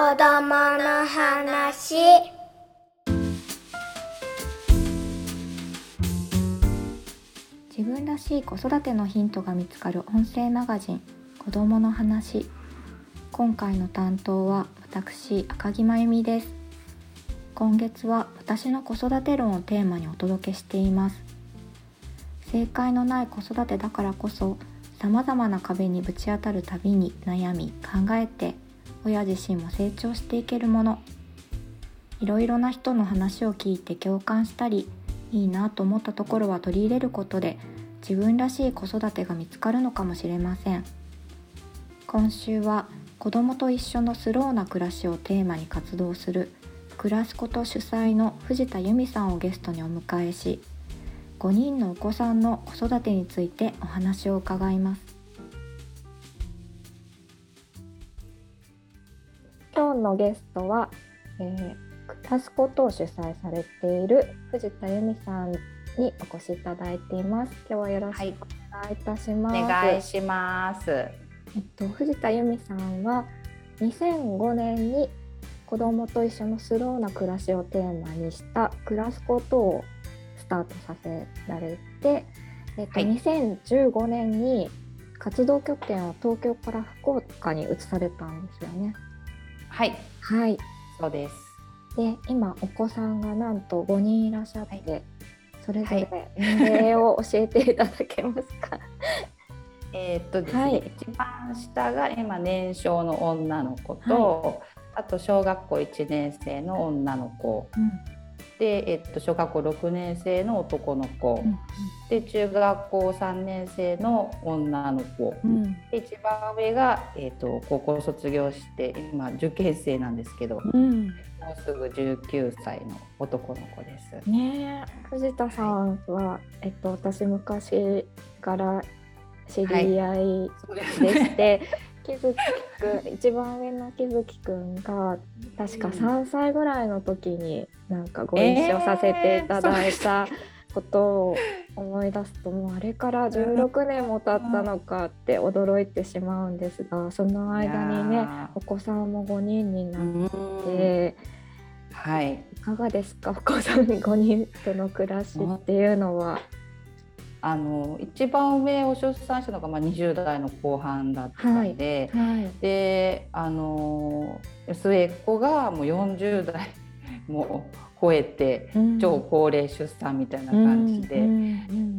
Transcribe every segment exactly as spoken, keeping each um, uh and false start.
供の話。 自分らしい子育てのヒントが見つかる音声マガジン子どもの話。今回の担当は私赤木真由美です。今月は私の子育て論をテーマにお届けしています。正解のない子育てだからこそさまざまな壁にぶち当たるたびに悩み考えて親自身も成長していけるもの。いろいろな人の話を聞いて共感したりいいなと思ったところは取り入れることで自分らしい子育てが見つかるのかもしれません。今週は子どもと一緒のスローな暮らしをテーマに活動するクラスコト主催の藤田由美さんをゲストにお迎えし、ごにんのお子さんの子育てについてお話を伺います。今日のゲストは、えー、クラスコトを主催されている藤田由美さんにお越しいただいています。今日はよろしくお願いいたします。 はい、お願いします。 えっと、藤田由美さんはにせんごねんに子どもと一緒のスローな暮らしをテーマにしたクラスコトをスタートさせられて、えっとはい、にせんじゅうごねんに活動拠点を東京から福岡に移されたんですよね。 はい、 はい、 そうです。 で、今お子さんがなんとごにんいらっしゃって、はい、それぞれ年齢を教えていただけますか？ えーっとですね、はい、一番下が今年少の女の子と、はい、あと小学校いちねん生の女の子、うん、で、えっと、小学校ろくねん生の男の子、うん、で中学校さんねん生の女の子、うん、で一番上が、えっと、高校卒業して今受験生なんですけど、うん、もうすぐじゅうきゅうさいの男の子です。 ねえ、藤田さんは、はい、えっと、私昔から知り合いでして、はい、木月くん一番上の木月くんが確かさんさいぐらいの時になんかご一緒させていただいたことを思い出すと、もうあれからじゅうろくねんも経ったのかって驚いてしまうんですが、その間にねお子さんもごにんになって、 はい、 いかがですか？お子さんごにんとの暮らしっていうのは。 あの一番上を出産したのがまあにじゅうだいの後半だったんで、はいはい、であの末っ子がもうよんじゅうだいも超えて、うん、超高齢出産みたいな感じで、うんうん、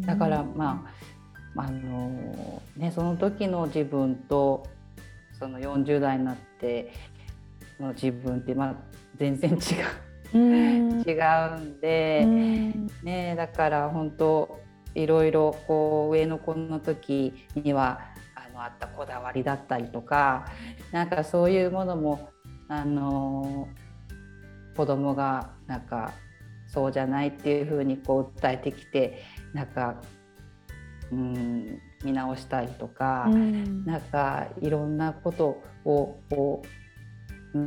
だからまあ、あのね、その時の自分とそのよんじゅうだいになっての自分ってまあ全然違う。うん、違うんで、うんね、だから本当いろいろこう上の子の時にはあのあったこだわりだったりとか、なんかそういうものもあの子供がなんかそうじゃないっていうふうにこう訴えてきて、なんか、うん、見直したりとか、うん、なんかいろんなことをこう、うん、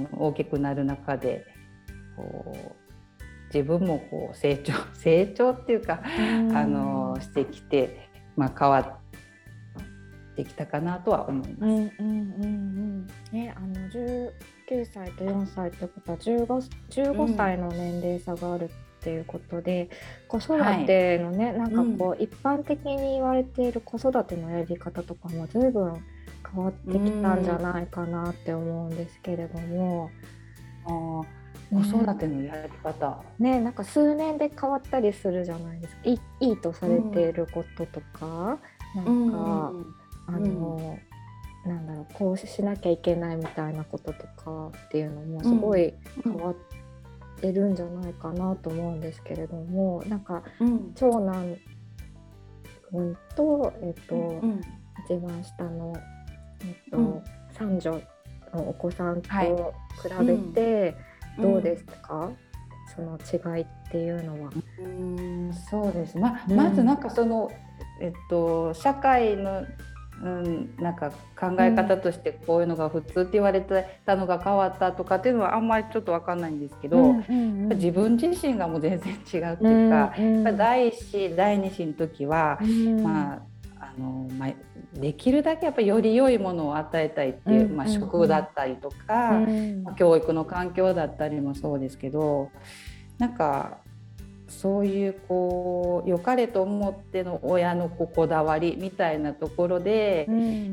大きくなる中でこう自分もこう成長成長っていうか、うん、あのしてきて、まあ、変わってきたかなとは思います。うんうんうんうんね、あのじゅうきゅうさいとよんさいってことはじゅうご、じゅうごさいの年齢差があるっていうことで、うん、子育てのね、はい、なんかこう、うん、一般的に言われている子育てのやり方とかも随分変わってきたんじゃないかなって思うんですけれども、 うん、あ子育てのやり方、 ね、なんか数年で変わったりするじゃないですか。い い, いいとされていることとか、うん、なんか、うん、あの、うん、なんだろう、こうしなきゃいけないみたいなこととかっていうのもすごい変わってるんじゃないかなと思うんですけれども、なんか、うん、長男君と、えっとうん、一番下の、えっとうん、三女のお子さんと比べて、はいどうですか、うん、その違いっていうのは。 うーんそうです、ま、まずなんかその、えっと、社会の、うん、なんか考え方としてこういうのが普通って言われてたのが変わったとかっていうのはあんまりちょっと分かんないんですけど、うんうんうん、自分自身がもう全然違うっていうか、うんうん、だいいち子だいに子の時は、うんまあ、ああの、まあ、できるだけやっぱりより良いものを与えたいっていう、まあ、食だったりとか、まあ、教育の環境だったりもそうですけど、なんかそういうこう良かれと思っての親のここだわりみたいなところで、うん、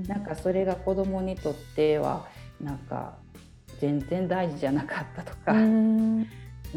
なんかそれが子どもにとってはなんか全然大事じゃなかったとか、うん、うん、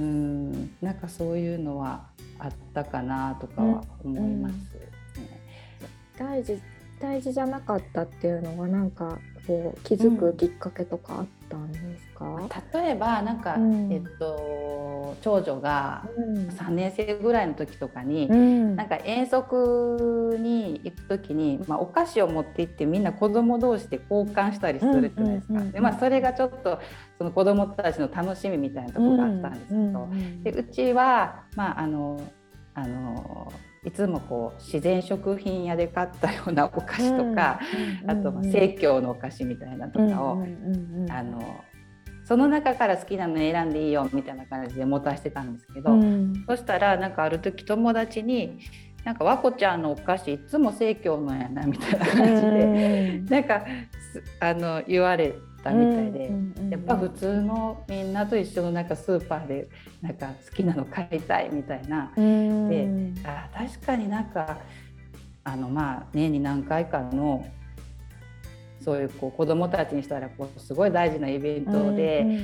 なんかそういうのはあったかなとかは思います、ね、 うんうん、大事大事じゃなかったっていうのはなんかこう気づくきっかけとかあったんですか？うん、 例えばなんか、うん、えっと、長女がさんねん生ぐらいの時とかに、うん、なんか遠足に行く時に、まあ、お菓子を持って行ってみんな子供同士で交換したりするじゃないですか。で、まあ、それがちょっとその子供たちの楽しみみたいなところがあったんですけど、うんうんうん、でうちは、まあ、あのあのいつもこう自然食品屋で買ったようなお菓子とか、うんうんうん、あとまあ生協のお菓子みたいなとかを、うんうんうん、あのその中から好きなの選んでいいよみたいな感じで持たせてたんですけど、うん、そしたらなんかある時友達になんか和子ちゃんのお菓子いつも生協のやなみたいな感じで、うん、なんかあの言われたみたいで、うんうんうん、やっぱ普通のみんなと一緒のなんかスーパーでなんか好きなの買いたいみたいな、うん、で、あ、確かになんかあのまあ年に何回かのそういうこう子どもたちにしたらこうすごい大事なイベントで、うんうんうん、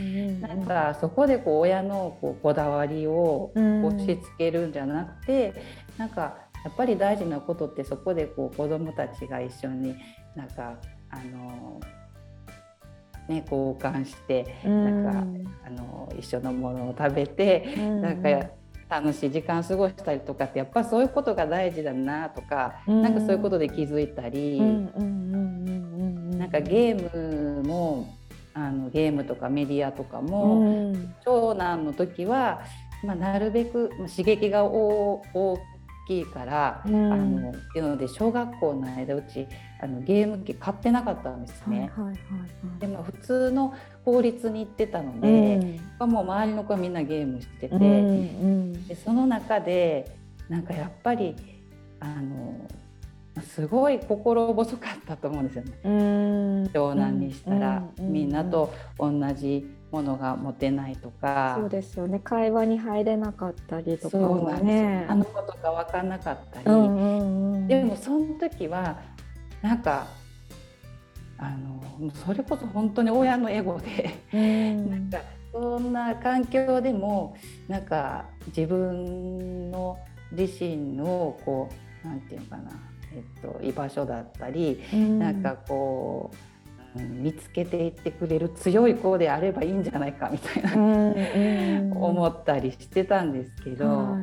なんかそこでこう親のこうこだわりを押し付けるんじゃなくて、うん、なんかやっぱり大事なことってそこでこう子どもたちが一緒になんかあのね、交換して、うん、なんかあの一緒のものを食べて、うん、なんか楽しい時間過ごしたりとかってやっぱそういうことが大事だなとか、うん、なんかそういうことで気づいたり、なんかゲームもあのゲームとかメディアとかも、うん、長男の時は、まあ、なるべく刺激が大きいから、うん、あのっていうので小学校の間うちあのゲーム機買ってなかったんですね。はいはいはいはい、でも普通の公立に行ってたので、うん、もう周りの子はみんなゲームしてて、うんうん、でその中でなんかやっぱりあのすごい心細かったと思うんですよね。うん、長男にしたら、うんうんうん、みんなと同じものが持てないとか。 そうですよね。会話に入れなかったりとかもね。 あのことが分かんなかったり、うんうんうん、でもその時はなんかあのそれこそ本当に親のエゴで、うん、なんかそんな環境でもなんか自分の自身のこうなんていうのかな、えっと、居場所だったり、うん、なんかこう、うん、見つけていってくれる強い子であればいいんじゃないかみたいな、うんうん、思ったりしてたんですけど、はい、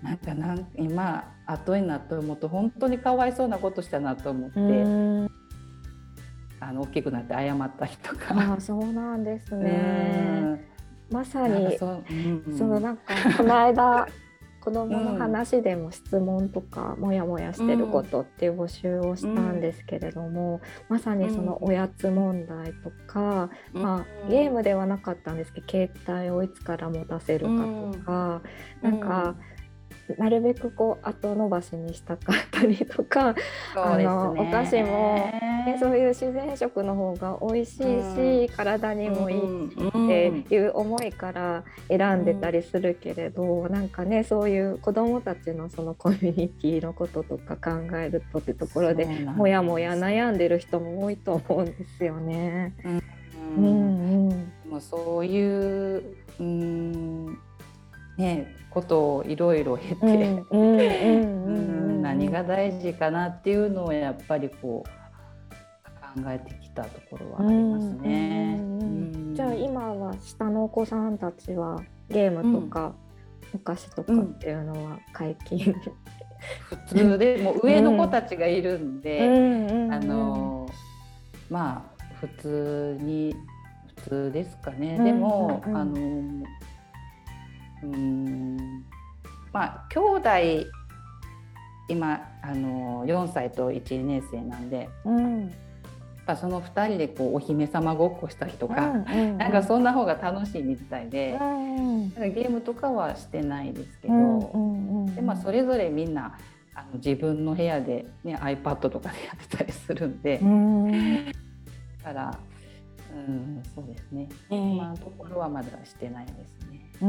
なんかなん今後になって思うと本当にかわいそうなことしたなと思って、うん、あの大きくなって謝ったりとか。 あ、そうなんですね。まさにそ、うんうん、そのなんかこの間子どもの話でも質問とか、うん、もやもやしてることっていう募集をしたんですけれども、うん、まさにそのおやつ問題とか、うん、まあ、ゲームではなかったんですけど携帯をいつから持たせるかとか、うん、なんかなるべくこう後延ばしにしたかったりとか、あのお菓子も、ね、そういう自然食の方が美味しいし、うん、体にもいいっていう思いから選んでたりするけれど、うん、なんかねそういう子どもたちのそのコミュニティのこととか考えるとってところでもやもや悩んでる人も多いと思うんですよね。 うんうんうん、もうそういう、うんね、ことをいろいろ経て何が大事かなっていうのをやっぱりこう考えてきたところはありますね。うんうん、 じゃあ今は下のお子さんたちはゲームとかお菓子とかっていうのは解禁、うん、 普通でもう上の子たちがいるんで、うん、あのまあ普通に普通ですかね。でも、うんうん、あのうんまあ兄弟今あのよんさいといちねん生なんで、うん、そのふたりでこうお姫様ごっこしたりとか、うんうんうん、なんかそんな方が楽しいみたいで、うんうん、ゲームとかはしてないですけど、うんうんうん、でまあ、それぞれみんなあの自分の部屋で、ね、iPad とかでやってたりするんで、 うん、 だからうんそうですね、 えー、 今のところはまだしてないですね。 うん、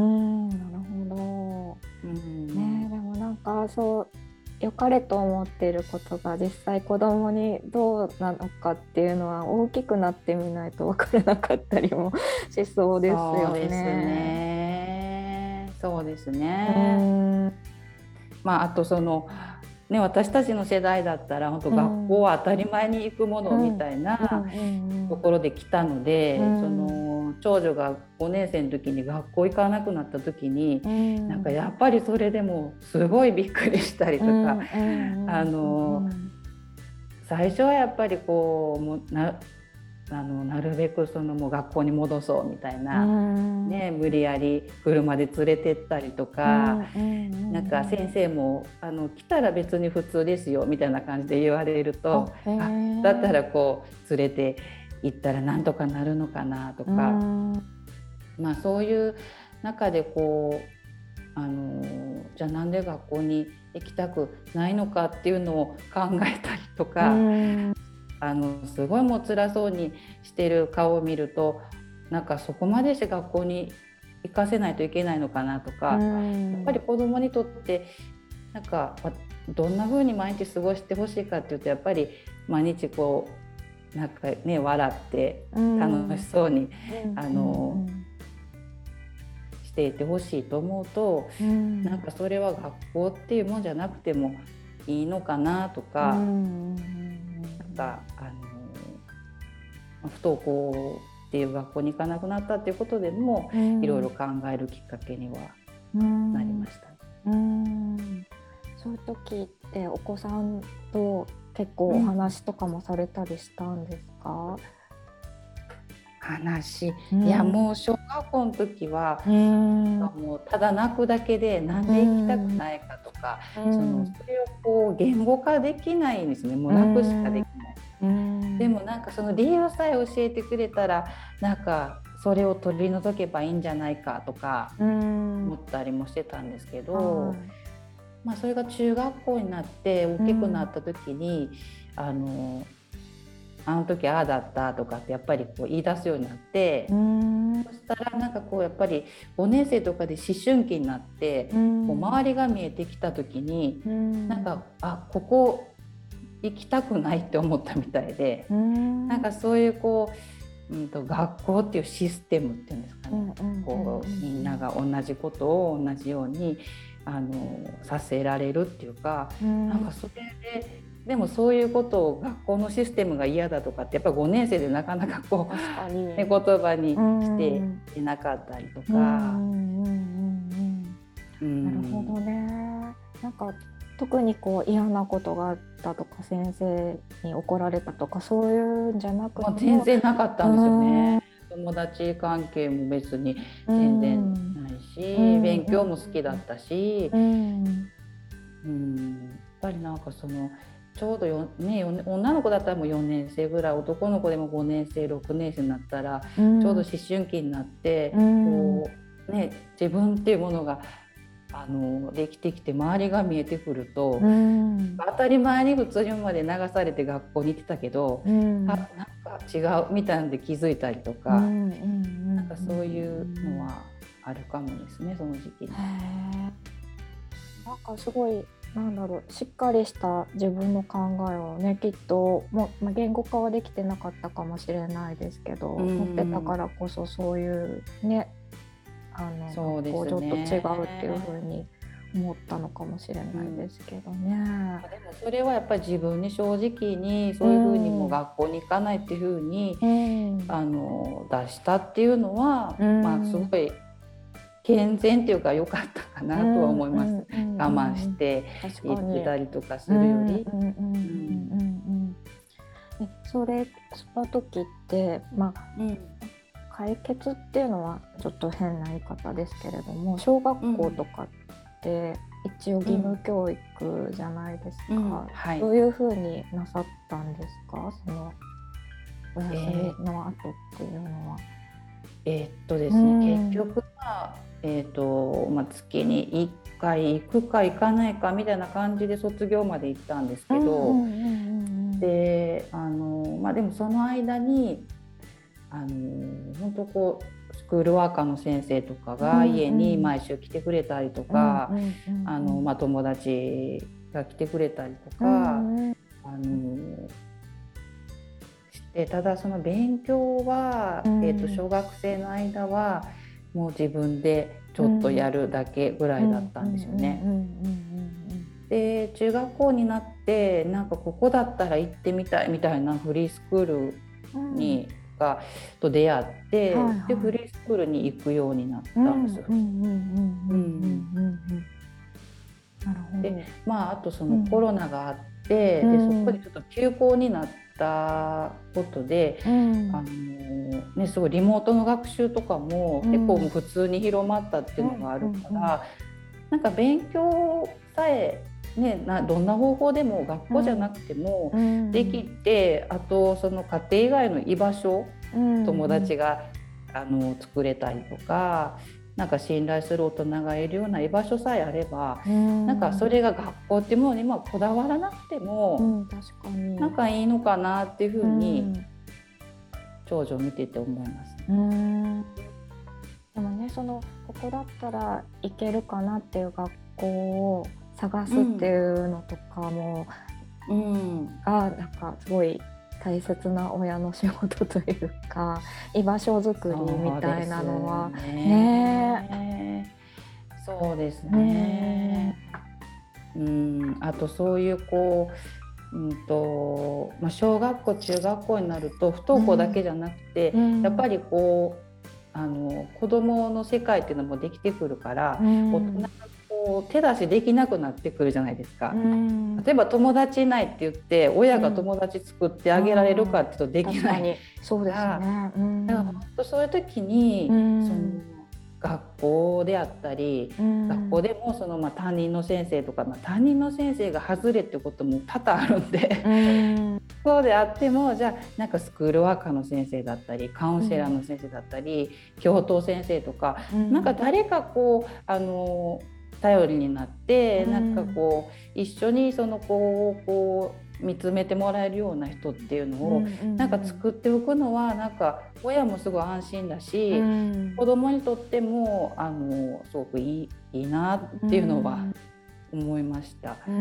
なるほど、うんね、でもなんかそう良かれと思っていることが実際子供にどうなのかっていうのは大きくなってみないと分からなかったりもしそうですよね。 そうですね。そうですね。 うんまああとそのね、私たちの世代だったら本当学校は当たり前に行くものみたいなところで来たので、 うん、 その長女がごねん生の時に学校行かなくなった時に、うん、なんかやっぱりそれでもすごいびっくりしたりとか、うん、あの、うん、最初はやっぱりこうもなあのなるべくそのもう学校に戻そうみたいな、うんね、無理やり車で連れてったりとか、うん、なんか先生もあの来たら別に普通ですよみたいな感じで言われると、あだったらこう連れて行ったらなんとかなるのかなとか、うん、まあそういう中でこうあのじゃあなんで学校に行きたくないのかっていうのを考えたりとか、うん、あのすごいもう辛そうにしてる顔を見るとなんかそこまでして学校に行かせないといけないのかなとか、うん、やっぱり子どもにとってなんかどんな風に毎日過ごしてほしいかっていうとやっぱり毎日こうなんかね笑って楽しそうに、うん、あの、うん、していてほしいと思うと、うん、なんかそれは学校っていうもんじゃなくてもいいのかなとか、うん、なんかあの不登校っていう学校に行かなくなったっていうことでも、うん、いろいろ考えるきっかけにはなりました。 うんうん、そういう時ってお子さんと結構お話とかもされたりしたんですか？うん話、うん、いやもう小学校の時は、うん、もうただ泣くだけでなんで行きたくないかとか、うん、そのそれをこう言語化できないんですね。もう泣くしかできない、うん、でもなんかその理由さえ教えてくれたらなんかそれを取り除けばいいんじゃないかとか思ったりもしてたんですけど、うん、まあ、それが中学校になって大きくなった時に、うん、あのあの時ああだったとかってやっぱりこう言い出すようになって、うん、そしたらなんかこうやっぱりごねん生とかで思春期になって、うん、こう周りが見えてきた時に、うん、なんかあここ行きたくないって思ったみたいで、うん、なんかそういうこう、うん、と学校っていうシステムっていうんですかね、うんうん、こうみんなが同じことを同じようにあのさせられるっていうか、うん、なんかそれででもそういうことを学校のシステムが嫌だとかってやっぱりごねん生でなかなかこう、ね、言葉にしていなかったりとか。なるほどね。なんか特にこう嫌なことがあったとか先生に怒られたとかそういうんじゃなくて、 まあ、全然なかったんですよね。友達関係も別に全然ないし、勉強も好きだったし、うんうん、やっぱりなんかそのちょうどよ、ね、女の子だったらもうよねん生ぐらい、男の子でもごねん生ろくねん生になったら、うん、ちょうど思春期になって、うん、こうね、自分っていうものがあのできてきて周りが見えてくると、うん、当たり前に普通にまで流されて学校に行ってたけど、うん、あなんか違うみたいなので気づいたりとか、うん、なんかそういうのはあるかもですね、その時期に。 なんかすごいなんだろう、しっかりした自分の考えをねきっともう、まあ、言語化はできてなかったかもしれないですけど、持ってたからこそそういうねあのそうですね、こうちょっと違うっていう風に思ったのかもしれないですけどね、うん、でもそれはやっぱり自分に正直にそういう風にもう学校に行かないっていう風に、うん、あの出したっていうのは、うん、まあすごい健全っていうか良かったかなとは思います、うんうんうん、我慢して行ってたりとかするより。 それその時ってまあ、うん解決っていうのはちょっと変な言い方ですけれども、小学校とかって一応義務教育じゃないですか、うんうんはい、どういうふうになさったんですか、そのお休みの後っていうのは。 えーっとですね、 うん、 結局は、えーっとまあ、月にいっかい行くか行かないかみたいな感じで卒業まで行ったんですうんうけど、 んうんうんで、あの、まあ、でもその間にあの本当こうスクールワーカーの先生とかうんうんが家にうん毎週来てくれたりとうんか、 うんうんあの、まあ、友達が来てくれたりとうか、 んうんあのしてただその勉強は、えーと、小学生の間はもう自分でちょっとやるだけぐらいだったんですよね。で中学校になってなんかここだったら行ってみたいみたいなフリースクールにがと出会って、 はいはい、 でフリースクールに行くようになったんですよ。でまああとそのコロナがあって、うん、でそこでちょっと休校になったことで、うん、あのね、すごいリモートの学習とかも結構もう普通に広まったっていうのがあるから、うんうんうん、なんか勉強さえね、などんな方法でも学校じゃなくてもできて、うん、あとその家庭以外の居場所、うん、友達があの作れたりとか、なんか信頼する大人がいるような居場所さえあれば、うん、なんかそれが学校っていうものにもこだわらなくても、うん、確かになんかいいのかなっていうふうに長女を見てて思います。うん、 でもね、そのここだったら行けるかなっていう学校を探すっていうのとかも、うん、がなんかすごい大切な親の仕事というか、居場所づくりみたいなのはね、 そうですね、うん、あとそういうこう、うんとまあ、小学校中学校になると不登校だけじゃなくて、うん、やっぱりこうあの子どもの世界っていうのもできてくるから、うん、大人がこう手出しできなくなってくるじゃないですか、うん、例えば友達いないって言って親が友達作ってあげられるかっていうとできない、うん、 そうですね、うん、 だから本当そういう時に、うん、その学校であったり、うん、学校でもそのまあ担任の先生とか、まあ、担任の先生が外れってことも多々あるんで、うん、そうであってもじゃあなんかスクールワーカーの先生だったりカウンセラーの先生だったり、うん、教頭先生とか、うん、なんか誰かこうあの頼りになって、うん、なんかこう一緒にそのこうこう見つめてもらえるような人っていうのを、うんうんうん、なんか作っておくのはなんか親もすごい安心だし、うん、子供にとってもあのすごくいい、いいなっていうのは思いました、うん、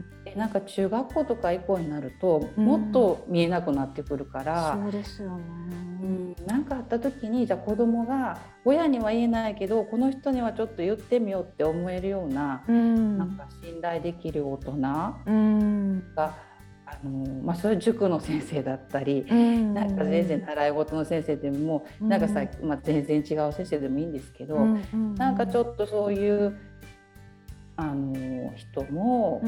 でなんか中学校とか以降になると、うん、もっと見えなくなってくるから、 そうですよね、 うん、なんかあった時にじゃあ子供が親には言えないけどこの人にはちょっと言ってみようって思えるような、うん、なんか信頼できる大人が、うんあのまあ、それ塾の先生だったり、うん、なんか全然習い事の先生でも、うん、なんかさ、まあ、全然違う先生でもいいんですけど、うんうん、なんかちょっとそういうあの人も、うん、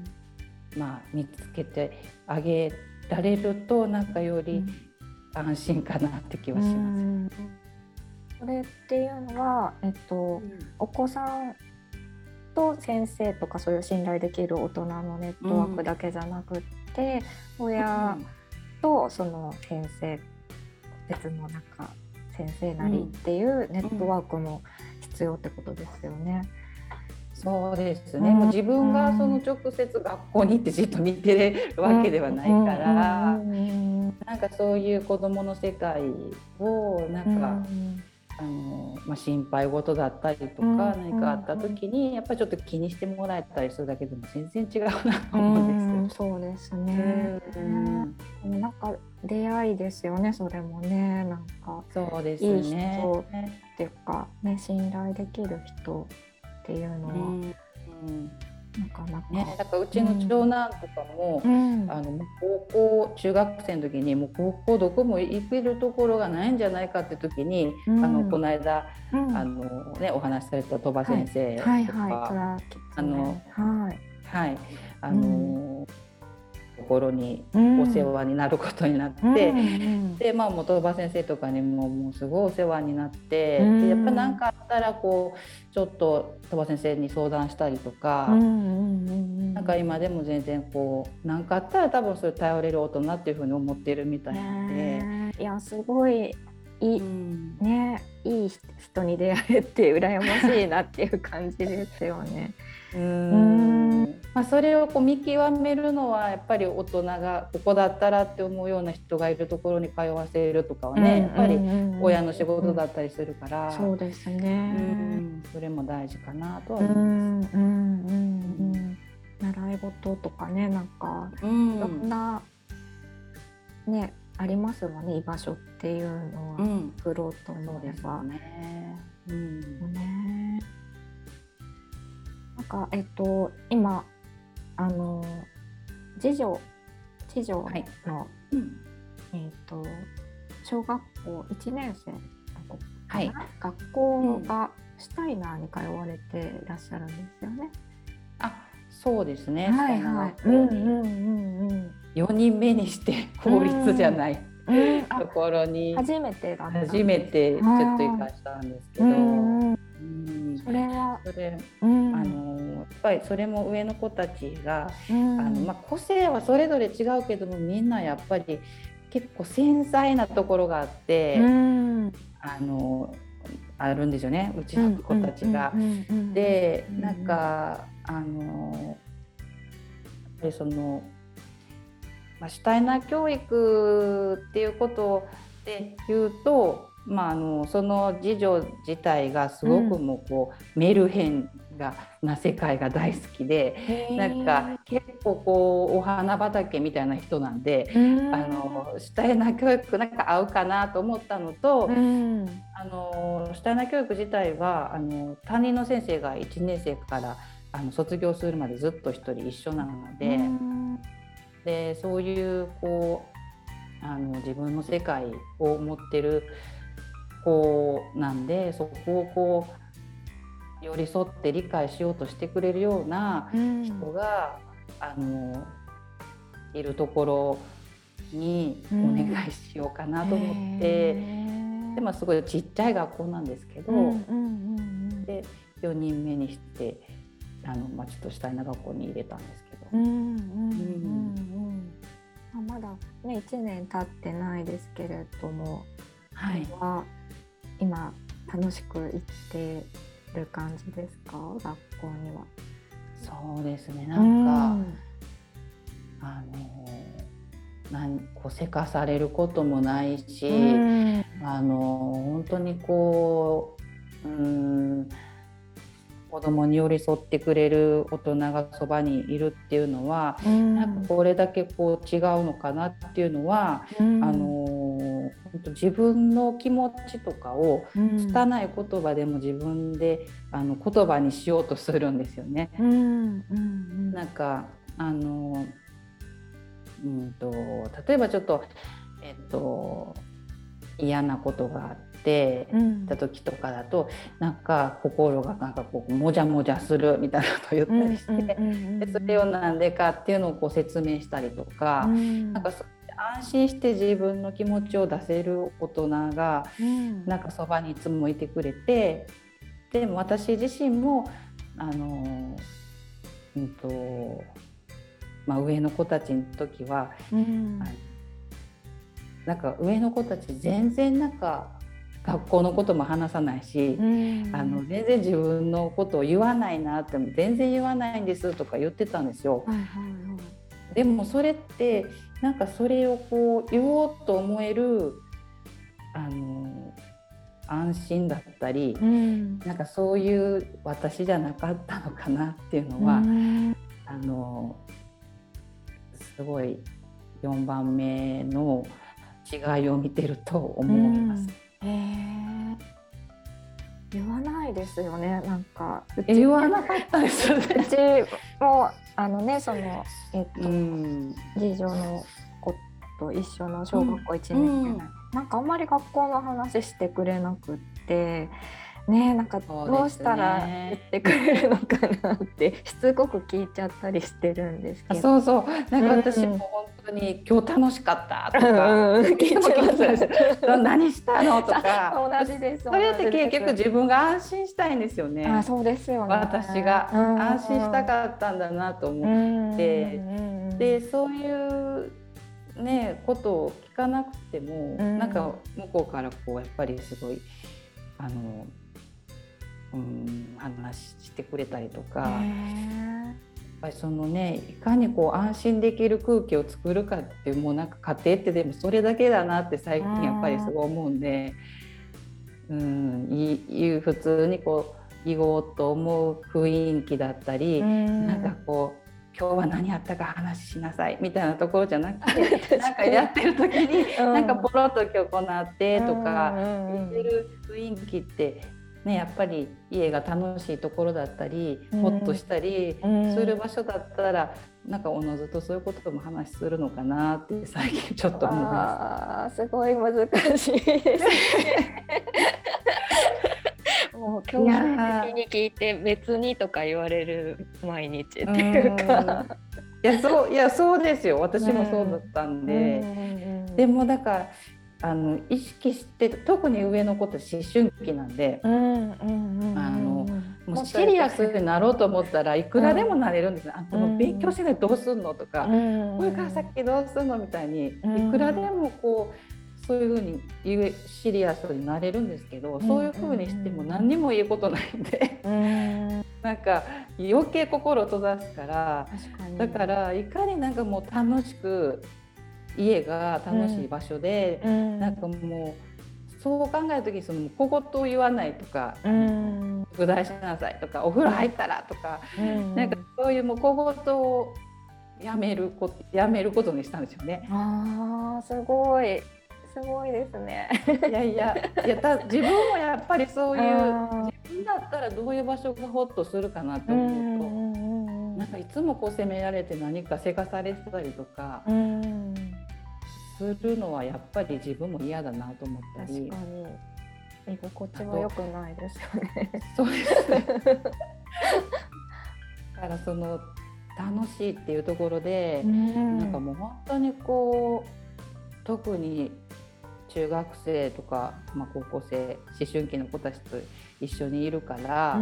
まあ、見つけてあげられるとなんかより安心かなって気はします。うん、 それっていうのは、えっとうん、お子さんと先生とかそういう信頼できる大人のネットワークだけじゃなくって、うん、親とその先生、別のなんか先生なりっていうネットワークも必要ってことですよね。 うん、そうですね、うん、もう自分がその直接学校に行ってじっと見てるわけではないから、うん、なんかそういう子どもの世界をなんか、うんあのまあ、心配事だったりとか、うん、何かあった時にやっぱりちょっと気にしてもらえたりするだけでも全然違うなと思うんですよ。 うん、そうですね、うん、なんか出会いですよね、それもね。なんかそうですね、いい人っていうか、ね、信頼できる人っていうのは、うんうんなかなかね、だからうちの長男とかも、うん、あの高校中学生の時にもう高校どこも行けるところがないんじゃないかって時に、うん、あのこの間、うん、あのね、お話しされた鳥羽先生とか、はいはいはい、あのはいはい、あの、うんところにお世話になることになって、うん、でまあ鳥羽先生とかにももうすごいお世話になって、うん、でやっぱ何かあったらこうちょっと鳥羽先生に相談したりとか、うん、なんか今でも全然こう何かあったら多分それ頼れる大人っていうふうに思ってるみたいなので、 いやすごいいい、 うん、 ね、いい人に出会えて羨ましいなっていう感じですよね。 うーん、まあ、それをこう見極めるのはやっぱり大人がここだったらって思うような人がいるところに通わせるとかはね、やっぱり親の仕事だったりするから、 そうですね、 うん、それも大事かなとはう思います。 んうんうんうん、習い事とかね、なんかいろんな、ね、ありますもんね、居場所っていうのは、うん、作ろうと思えば。そうですね。うんね、なんかえっと今あの次女次女の、はい、うん、えっと小学校いちねん生の子かな、はい、学校がシュタイナーに通われていらっしゃるんですよね。 あ、そうですね。 はいはい。うんうんうんうん。 よにんめにして公立じゃない、うんうん、ところに初めてだった。 初めてちょっと行かしたんですけど、うんうん、 それはそれ、うん、あのやっぱりそれも上の子たちが、うん、あのまあ、個性はそれぞれ違うけども、みんなやっぱり結構繊細なところがあって、うん、あのあるんですよね、うちの子たちが。で、なんかあのやっぱりその、まあ、シュタイナー教育っていうことで言うと、まあ、あのその次女自体がすごくもうこう、うん、メルヘンがな世界が大好きで、なんか結構こうお花畑みたいな人なんで、あのシュタイナー教育なんか合うかなと思ったのと、うん、あのシュタイナー教育自体はあの担任の先生がいちねん生からあの卒業するまでずっと一人一緒なので、うん、でそういうこうあの自分の世界を持ってる子なんで、そこをこう寄り添って理解しようとしてくれるような人が、うん、あのいるところにお願いしようかなと思って、うん、でまあ、すごいちっちゃい学校なんですけど、うんうんうんうん、でよにんめにしてあの、まあ、ちょっとシュタイナー学校に入れたんですけど、うんうんうんうん、まだ、ね、いちねん経ってないですけれども、 はい、 は今楽しく行ってる感じですか、学校には。 そうですね、なんか、うん、あのなんこうせかされることもないし、うん、あの本当にこう、うん子供に寄り添ってくれる大人がそばにいるっていうのは、うん、なんかこれだけこう違うのかなっていうのは、うん、あの自分の気持ちとかを拙い言葉でも自分であの言葉にしようとするんですよね。うんうんうん、なんかあの、うんと、例えばちょっと、えっと、嫌なことがあって、うん、た時とかだとなんか心がなんかこうもじゃもじゃするみたいなことを言ったりして、でそれをなんでかっていうのをこう説明したりとか、うん、なんかそ安心して自分の気持ちを出せる大人が、うん、なんかそばにいつもいてくれて、でも私自身もあの、うんとまあ、上の子たちの時は、うん、なんか上の子たち全然なんか学校のことも話さないし、うん、あの全然自分のことを言わないなっても全然言わないんですとか言ってたんですよ。はいはいはい、でもそれってなんかそれをこう言おうと思えるあの安心だったり、うん、なんかそういう私じゃなかったのかなっていうのは、うん、あのすごいよんばんめの違いを見てると思います。 うん、へー、言わないですよね。なんかうち言わなかったですよね。 うちもあのね、そのえっと、うん、次女の子と一緒の小学校いちねん生、うん、なんかあんまり学校の話してくれなくってね、なんかどうしたら言ってくれるのかなってしつこく聞いちゃったりしてるんですけど、 そうそう、なんか私も本当に今日楽しかったとか、うん、聞いてます何したのとか同じです。 それって結局自分が安心したいんですよね。 あ、そうですよね。 私が安心したかったんだなと思って、でそういうねことを聞かなくても、 うん、 なんか向こうからこうやっぱりすごいあの、うん、話してくれたりとか、やっぱりそのねいかにこう安心できる空気を作るかっていう、もうなんか家庭ってでもそれだけだなって最近やっぱりすごい思うんで、うん、いい普通にこう言おうと思う雰囲気だったり、うん、なんかこう今日は何やったか話しなさいみたいなところじゃなくてなんかやってる時に、うん、なんかポロッと今日こうなってとか言ってる雰囲気ってね、やっぱり家が楽しいところだったり、うん、ほっとしたりする場所だったら、うん、なんかおのずとそういうことも話するのかなって最近ちょっと思います。 すごい難しいですねもう強制的に聞いて別にとか言われる毎日っていうか、 いやそういやそうですよ、私もそうだったんで、うん、でもだからあの意識して特に上の子って思春期なんで、もうシリアスになろうと思ったらいくらでもなれるんですね、うん、あこの勉強しないどうすんのとか、うん、これから先どうすんのみたいにいくらでもこうそういうふうに言うシリアスになれるんですけど、そういうふうにしても何にも言うことないんで、うん、なんか余計心を閉ざすから、確かにだからいかになんかもう楽しく家が楽しい場所で、うん、なんかもうそう考える時にその小言を言わないとか、うん、宿題しなさいとかお風呂入ったらとか、うん、なんかそういうもう小言をやめるこやめることにしたんですよね。 あーすごいすごいですね。 いやいやいやた自分もやっぱりそういう自分だったらどういう場所がホッとするかなと思うと、うん、なんかいつもこう責められて何かせかされてたりとか、うんするのはやっぱり自分も嫌だなと思ったり、 確かに居心地は良くないですよね。 そうですねだからその楽しいっていうところで、うん、なんかもう本当にこう特に中学生とか、まあ、高校生思春期の子たちと一緒にいるから、うん、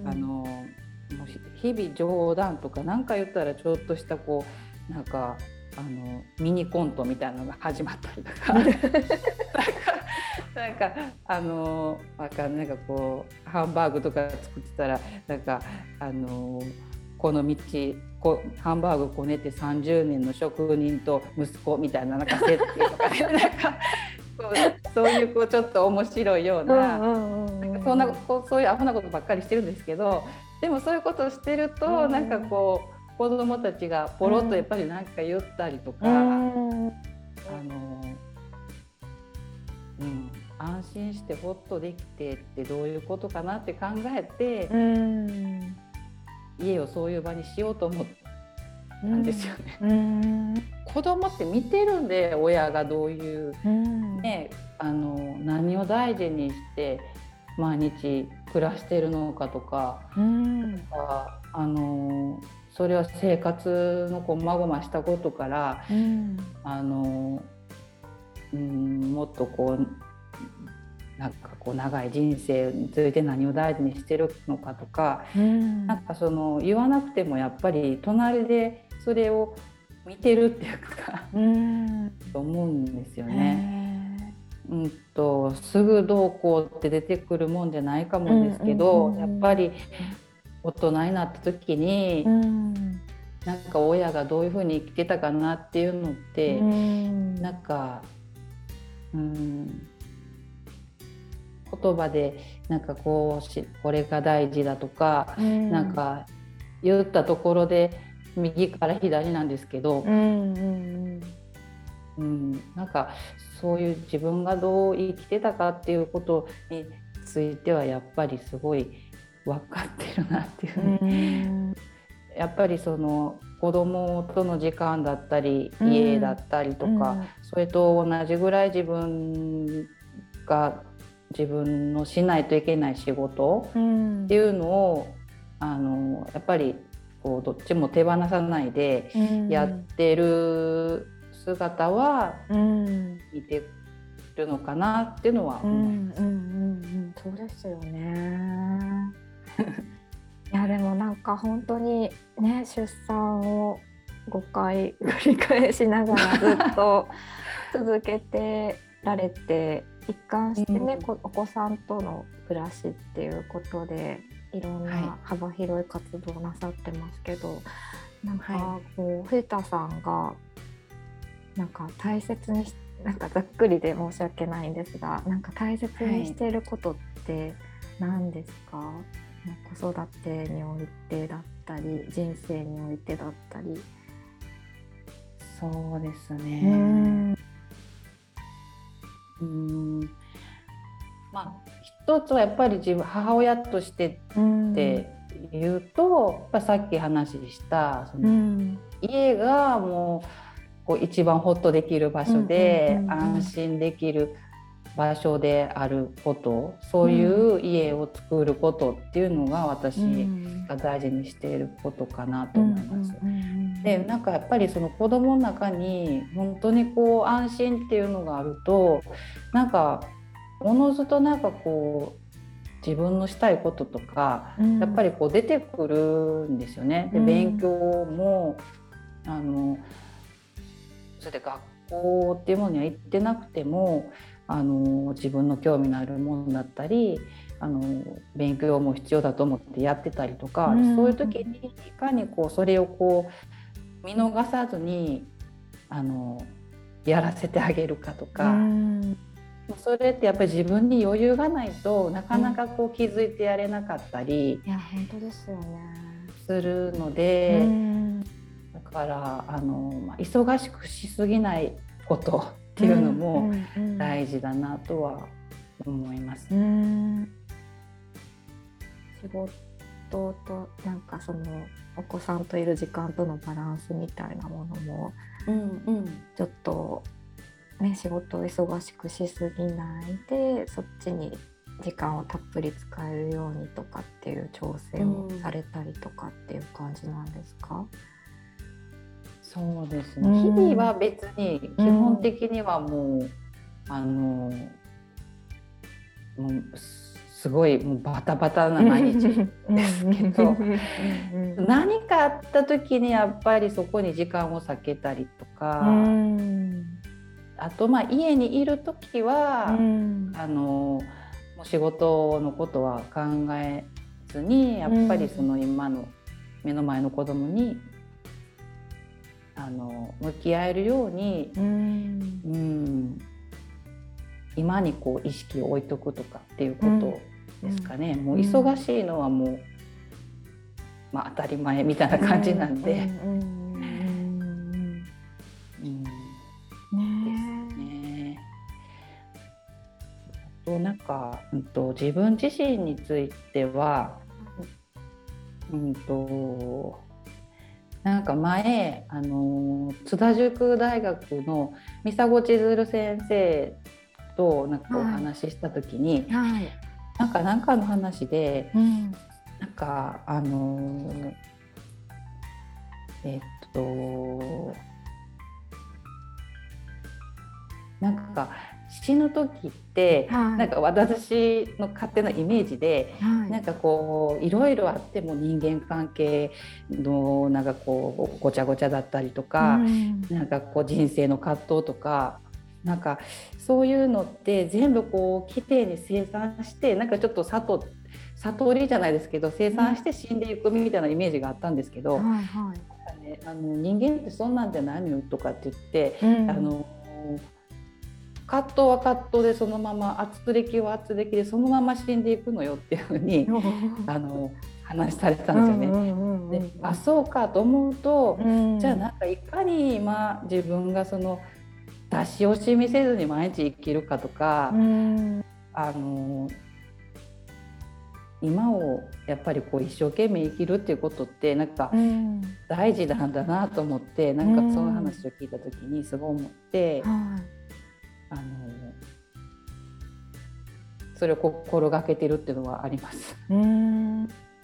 あのもう日々冗談とか何か言ったらちょっとしたこうなんかあのミニコントみたいなのが始まったりとかなんかなんかあのなんかなんかこうハンバーグとか作ってたらなんかあのこの道こハンバーグこねてさんじゅうねんの職人と息子みたいななんか設定とかでなんかこうそういうこうちょっと面白いようなそんなこうそういうアホなことばっかりしてるんですけど、でもそういうことをしてるとなんかこう子どもたちがポロッとやっぱり何か言ったりとか、うん、あの、うん、安心してホッとできてってどういうことかなって考えて、うん、家をそういう場にしようと思ったんですよね。うんうん、子供って見てるんで親がどういう、うんね、あの何を大事にして毎日暮らしてるのかとか、うん、あのそれは生活のこまごましたことから、うん、あの、うん、もっとこうなんかこう長い人生について何を大事にしてるのかとか、うん、なんかその言わなくてもやっぱり隣でそれを見てるっていうか、うん、と思うんですよね。うんとすぐどうこうって出てくるもんじゃないかもですけど、うんうんうんうん、やっぱり大人になった時に、うん、なんか親がどういうふうに生きてたかなっていうのって、うん、なんか、うん、言葉でなんかこうしこれが大事だとか、うん、なんか言ったところで右から左なんですけど、うんうんうん、なんかそういう自分がどう生きてたかっていうことについてはやっぱりすごい分かってるなっていうふうに、うん、やっぱりその子供との時間だったり家だったりとか、うん、それと同じぐらい自分が自分のしないといけない仕事っていうのを、うん、あのやっぱりこうどっちも手放さないでやってる姿は見てるのかなっていうのは思います。うんうんうんうん、 そうですよねいやでもなんか本当にね出産をごかい繰り返しながらずっと続けてられて、一貫してね、うん、お子さんとの暮らしっていうことでいろんな幅広い活動をなさってますけど、はい、なんかこう藤田さんがなんか大切にしなんかざっくりで申し訳ないんですが、なんか大切にしていることって何ですか？はい、子育てにおいてだったり人生においてだったり。 そうですね、うーんまあ一つはやっぱり自分母親としてって言うと、やっぱさっき話したその家がもうこう一番ホッとできる場所で安心できる場所であること、そういう家を作ることっていうのが私が大事にしていることかなと思います。で、なんかやっぱりその子供の中に本当にこう安心っていうのがあると、なんかおのずとなんかこう自分のしたいこととか、うん、やっぱりこう出てくるんですよね。で、勉強もあのそれで学校っていうものには行ってなくてもあの自分の興味のあるものだったりあの勉強も必要だと思ってやってたりとか、うん、そういう時にいかにこうそれをこう見逃さずにあのやらせてあげるかとか、うん、それってやっぱり自分に余裕がないとなかなかこう気づいてやれなかったり、 うん、いや本当ですよね、 するので、うん、だからあの、まあ、忙しくしすぎないことっていうのも大事だなとは思います。 うんうんうん、仕事となんかそのお子さんといる時間とのバランスみたいなものも、うんうん、ちょっとね、仕事を忙しくしすぎないでそっちに時間をたっぷり使えるようにとかっていう調整をされたりとかっていう感じなんですか？うん、 そうですね、うん、日々は別に基本的にはもう、うん、あのもうすごいもうバタバタな毎日ですけど何かあった時にやっぱりそこに時間を避けたりとか、うん、あとまあ家にいる時は、うん、あのもう仕事のことは考えずにやっぱりその今の目の前の子供にあの向き合えるように、うんうん、今にこう意識を置いとくとかっていうことですかね、うん、もう忙しいのはもう、まあ、当たり前みたいな感じなんで、あとなんか、うんと、自分自身については、うんとなんか前あの津田塾大学の三佐子千鶴先生となんかお話しした時に、はいはい、なんかなんかの話で、うん、なんかあのえっとなんか死ぬ時って、はい、なんか私の勝手なイメージで、はい、なんかこういろいろあっても人間関係のなんかこうごちゃごちゃだったりとか、うん、なんかこう人生の葛藤とかなんかそういうのって全部こうきれいに清算してなんかちょっと悟悟りじゃないですけど清算して死んでいくみたいなイメージがあったんですけど、はいはい、ね、あの人間ってそんなんじゃないのよとかって言って、うん、あの葛藤は葛藤でそのまま圧力は圧力でそのまま死んでいくのよっていうふうにあの話されたんですよね。で、あ、そうかと思うと、うん、じゃあなんかいかに今自分がその出し惜しみせずに毎日生きるかとか、うん、あの今をやっぱりこう一生懸命生きるっていうことってなんか大事なんだなと思って、うん、なんかその話を聞いた時にすごい思って、うん、あのそれを心がけてるっていうのはあります。うーん、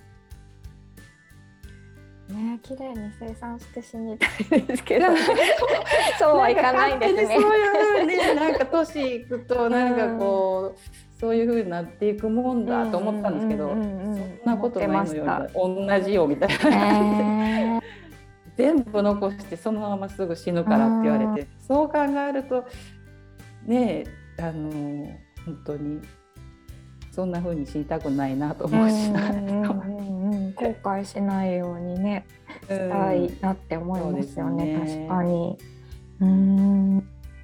ね、綺麗に生産して死にたいですけど、ね、そうはいかないんですね。 そういうね、なんか年いくとなんかこう、うん、そういう風になっていくもんだと思ったんですけど、そんなことないのよ、同じよみたいな感じで、えー、 全部残してそのまますぐ死ぬからって言われて、そう考えるとねえ、あの本当にそんな風に死にたくないなと思うし、 うんうんうんうん、後悔しないようにねしたいなって思いますよね、 うん、 確かに。うーん、な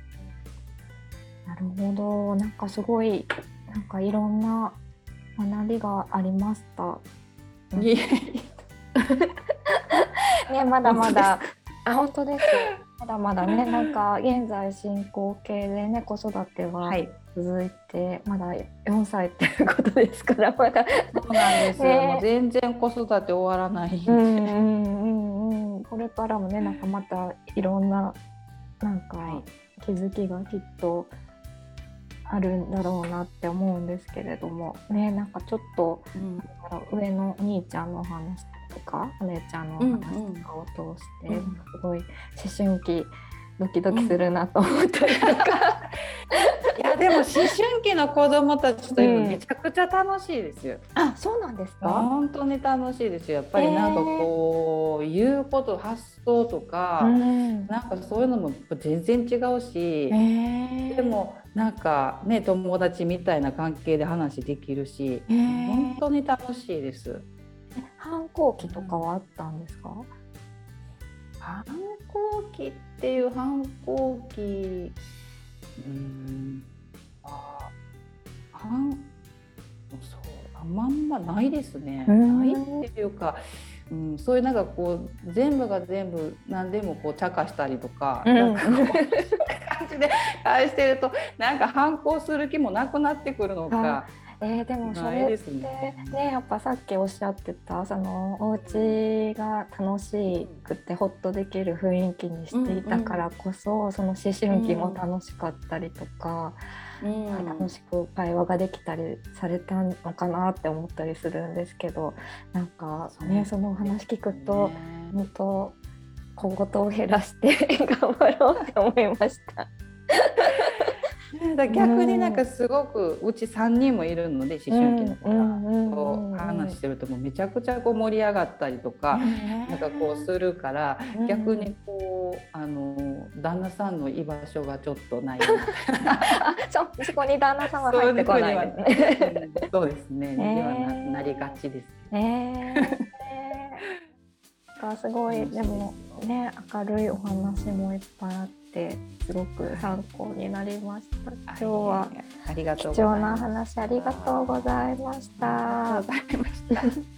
るほど。なんかすごいなんかいろんな学びがありました。 いえね、まだまだあ、本当です。まだまだね、なんか現在進行形でね、子育ては続いて、はい、まだよんさいっていうことですから、まだそうなんです、ね、もう全然子育て終わらないんで、 うんうんうんうん、これからもね、なんかまたいろんななんか気づきがきっとあるんだろうなって思うんですけれどもね、なんかちょっと、うん、上のお兄ちゃんの話とかお姉ちゃんの話とかを通して、うんうん、すごい思春期ドキドキするなと思ったりとか、 うん、いやでも思春期の子どもたちというのめちゃくちゃ楽しいですよ、 うん、あ、そうなんですか。 本当に楽しいですよ。やっぱりなんかこう、えー、言うこと発想とか、うん、なんかそういうのも全然違うし、えー、でもなんかね、友達みたいな関係で話できるし、えー、本当に楽しいです。 反抗期とかはあったんですか？うん、 反抗期っていう反抗期、うーん、あ、反そうあまんまないですね。ないっていうか、うん、そういうなんかこう全部が全部何でもこう茶化したりとか、うん、なんかこう感じで返してるとなんか反抗する気もなくなってくるのか。 えー、でもそれってね、やっぱさっきおっしゃってたそのお家が楽しくてホッとできる雰囲気にしていたからこそ、うんうん、その思春期も楽しかったりとか、うん、楽しく会話ができたりされたのかなって思ったりするんですけど、なんかね、そのお話聞くと本当小言を減らして頑張ろうって思いました。 だ逆になんかすごくうちさんにんもいるので思春期の子が話してるともうめちゃくちゃこう盛り上がったりとかなんかこうするから逆にこうあの旦那さんの居場所がちょっとないみたいなそ, そこに旦那さんは入ってこないですね。 そうですね、には な, なりがちです。 えーえー、すごいでもね明るいお話もいっぱいあってすごく参考になりました。今日は貴重な話ありがとうございました。 ありがとうございました。